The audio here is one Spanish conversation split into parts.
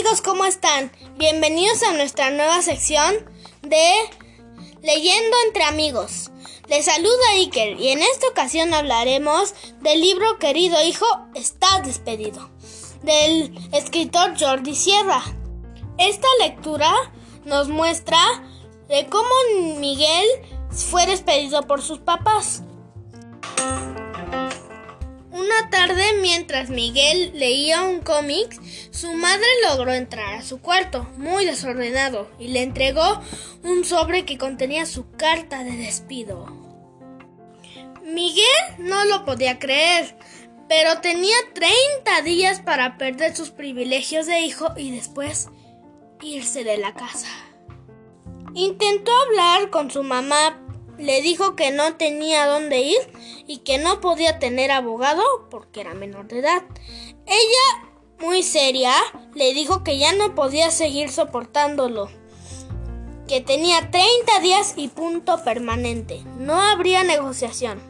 amigos, ¿cómo están? Bienvenidos a nuestra nueva sección de Leyendo entre Amigos. Les saluda Iker y en esta ocasión hablaremos del libro Querido hijo, estás despedido, del escritor Jordi Sierra. Esta lectura nos muestra de cómo Miguel fue despedido por sus papás. Una tarde, mientras Miguel leía un cómic, su madre logró entrar a su cuarto, muy desordenado, y le entregó un sobre que contenía su carta de despido. Miguel no lo podía creer, pero tenía 30 días para perder sus privilegios de hijo y después irse de la casa. Intentó hablar con su mamá. Le dijo que no tenía dónde ir y que no podía tener abogado porque era menor de edad. Ella, muy seria, le dijo que ya no podía seguir soportándolo, que tenía 30 días y punto permanente. No habría negociación.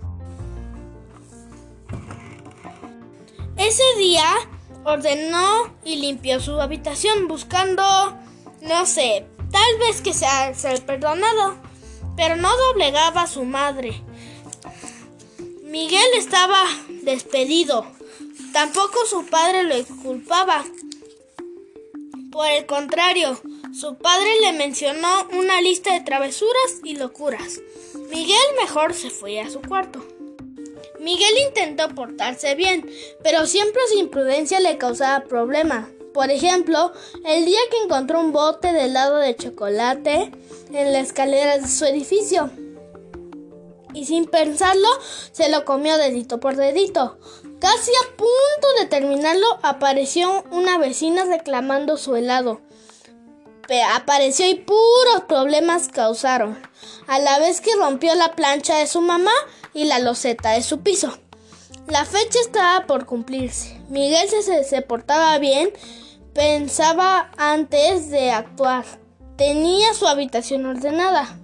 Ese día ordenó y limpió su habitación buscando, tal vez que sea ser perdonado. Pero no doblegaba a su madre. Miguel estaba despedido. Tampoco su padre lo culpaba. Por el contrario, su padre le mencionó una lista de travesuras y locuras. Miguel mejor se fue a su cuarto. Miguel intentó portarse bien, pero siempre su imprudencia le causaba problemas. Por ejemplo, el día que encontró un bote de helado de chocolate en la escalera de su edificio. Y sin pensarlo, se lo comió dedito por dedito. Casi a punto de terminarlo, apareció una vecina reclamando su helado. Apareció y puros problemas causaron, a la vez que rompió la plancha de su mamá y la loseta de su piso. La fecha estaba por cumplirse. Miguel se portaba bien, pensaba antes de actuar. Tenía su habitación ordenada.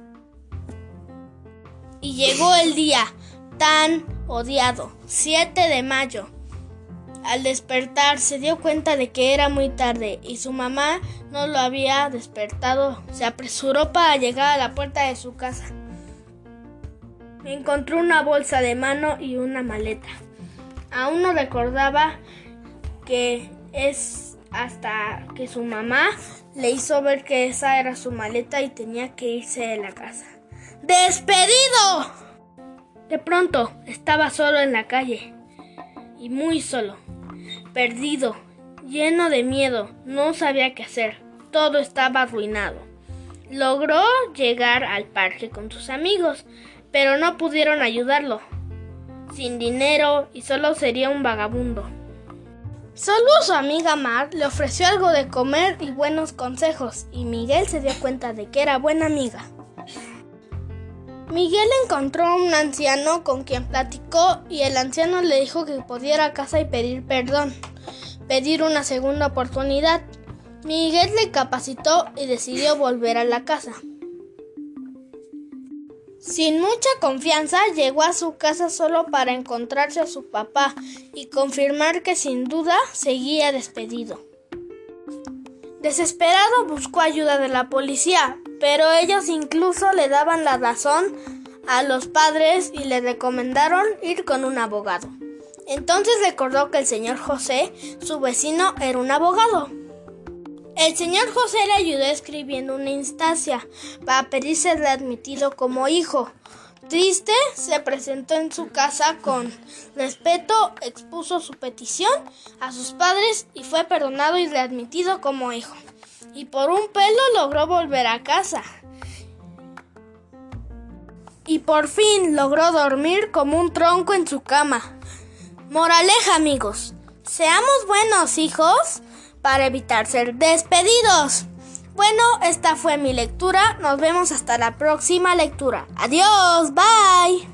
Y llegó el día tan odiado, 7 de mayo. Al despertar se dio cuenta de que era muy tarde y su mamá no lo había despertado. Se apresuró para llegar a la puerta de su casa. Encontró una bolsa de mano y una maleta. Aún no recordaba que es hasta que su mamá le hizo ver que esa era su maleta y tenía que irse de la casa. ¡Despedido! De pronto estaba solo en la calle y muy solo, perdido, lleno de miedo. No sabía qué hacer. Todo estaba arruinado. Logró llegar al parque con sus amigos, pero no pudieron ayudarlo. Sin dinero y solo sería un vagabundo. Solo su amiga Mar le ofreció algo de comer y buenos consejos, y Miguel se dio cuenta de que era buena amiga. Miguel encontró a un anciano con quien platicó y el anciano le dijo que podía ir a casa y pedir perdón, pedir una segunda oportunidad. Miguel recapacitó y decidió volver a la casa. Sin mucha confianza, llegó a su casa solo para encontrarse a su papá y confirmar que sin duda seguía despedido. Desesperado buscó ayuda de la policía, pero ellos incluso le daban la razón a los padres y le recomendaron ir con un abogado. Entonces recordó que el señor José, su vecino, era un abogado. El señor José le ayudó escribiendo una instancia para pedir ser readmitido como hijo. Triste, se presentó en su casa con respeto, expuso su petición a sus padres y fue perdonado y readmitido como hijo. Y por un pelo logró volver a casa. Y por fin logró dormir como un tronco en su cama. Moraleja, amigos, seamos buenos hijos para evitar ser despedidos. Bueno, esta fue mi lectura. Nos vemos hasta la próxima lectura. Adiós, bye.